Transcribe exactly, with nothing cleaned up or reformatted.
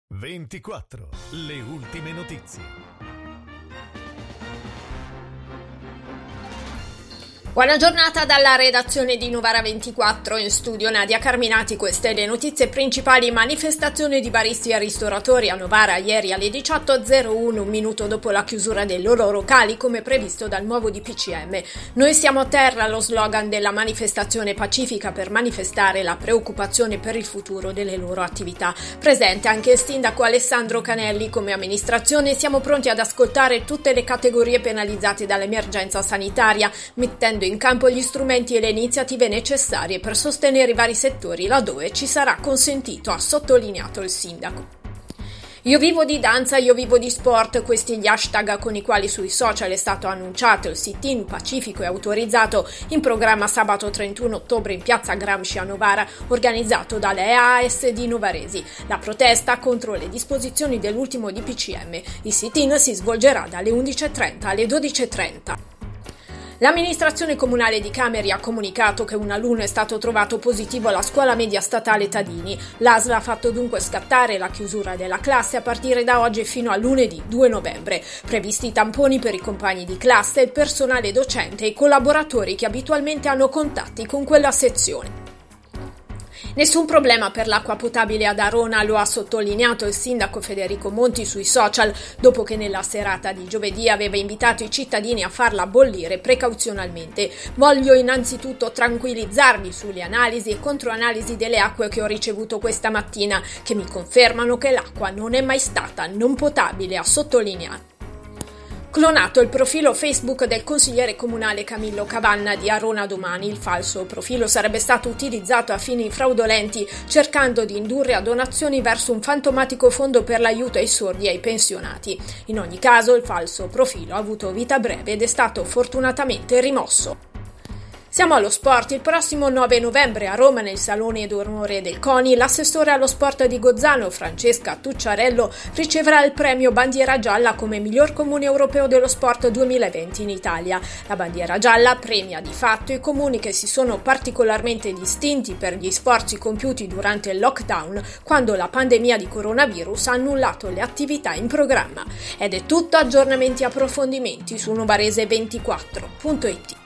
ventiquattro. Le ultime notizie. Buona giornata dalla redazione di Novara ventiquattro, in studio Nadia Carminati. Queste le notizie principali. Manifestazione di baristi e ristoratori a Novara ieri alle diciotto e zero uno, un minuto dopo la chiusura dei loro locali come previsto dal nuovo D P C M. Noi siamo a terra, lo slogan della manifestazione pacifica per manifestare la preoccupazione per il futuro delle loro attività. Presente anche il sindaco Alessandro Canelli. Come amministrazione siamo pronti ad ascoltare tutte le categorie penalizzate dall'emergenza sanitaria, mettendo in campo gli strumenti e le iniziative necessarie per sostenere i vari settori laddove ci sarà consentito, ha sottolineato il sindaco. Io vivo di danza, io vivo di sport, questi gli hashtag con i quali sui social è stato annunciato il sit-in pacifico e autorizzato in programma sabato trentuno ottobre in piazza Gramsci a Novara, organizzato dalle A S di Novaresi. La protesta contro le disposizioni dell'ultimo D P C M. Il sit-in si svolgerà dalle undici e trenta alle dodici e trenta. L'amministrazione comunale di Cameri ha comunicato che un alunno è stato trovato positivo alla scuola media statale Tadini. L'A S L ha fatto dunque scattare la chiusura della classe a partire da oggi fino a lunedì due novembre. Previsti tamponi per i compagni di classe, il personale docente e i collaboratori che abitualmente hanno contatti con quella sezione. Nessun problema per l'acqua potabile ad Arona, lo ha sottolineato il sindaco Federico Monti sui social, dopo che nella serata di giovedì aveva invitato i cittadini a farla bollire precauzionalmente. Voglio innanzitutto tranquillizzarvi sulle analisi e controanalisi delle acque che ho ricevuto questa mattina, che mi confermano che l'acqua non è mai stata non potabile, ha sottolineato. Clonato il profilo Facebook del consigliere comunale Camillo Cavanna di Arona Domani. Il falso profilo sarebbe stato utilizzato a fini fraudolenti, cercando di indurre a donazioni verso un fantomatico fondo per l'aiuto ai sordi e ai pensionati. In ogni caso, il falso profilo ha avuto vita breve ed è stato fortunatamente rimosso. Siamo allo sport. Il prossimo nove novembre a Roma, nel Salone d'Onore del CONI, l'assessore allo sport di Gozzano, Francesca Tucciarello, riceverà il premio Bandiera Gialla come miglior comune europeo dello sport duemilaventi in Italia. La Bandiera Gialla premia di fatto i comuni che si sono particolarmente distinti per gli sforzi compiuti durante il lockdown, quando la pandemia di coronavirus ha annullato le attività in programma. Ed è tutto. Aggiornamenti e approfondimenti su novarese ventiquattro punto it.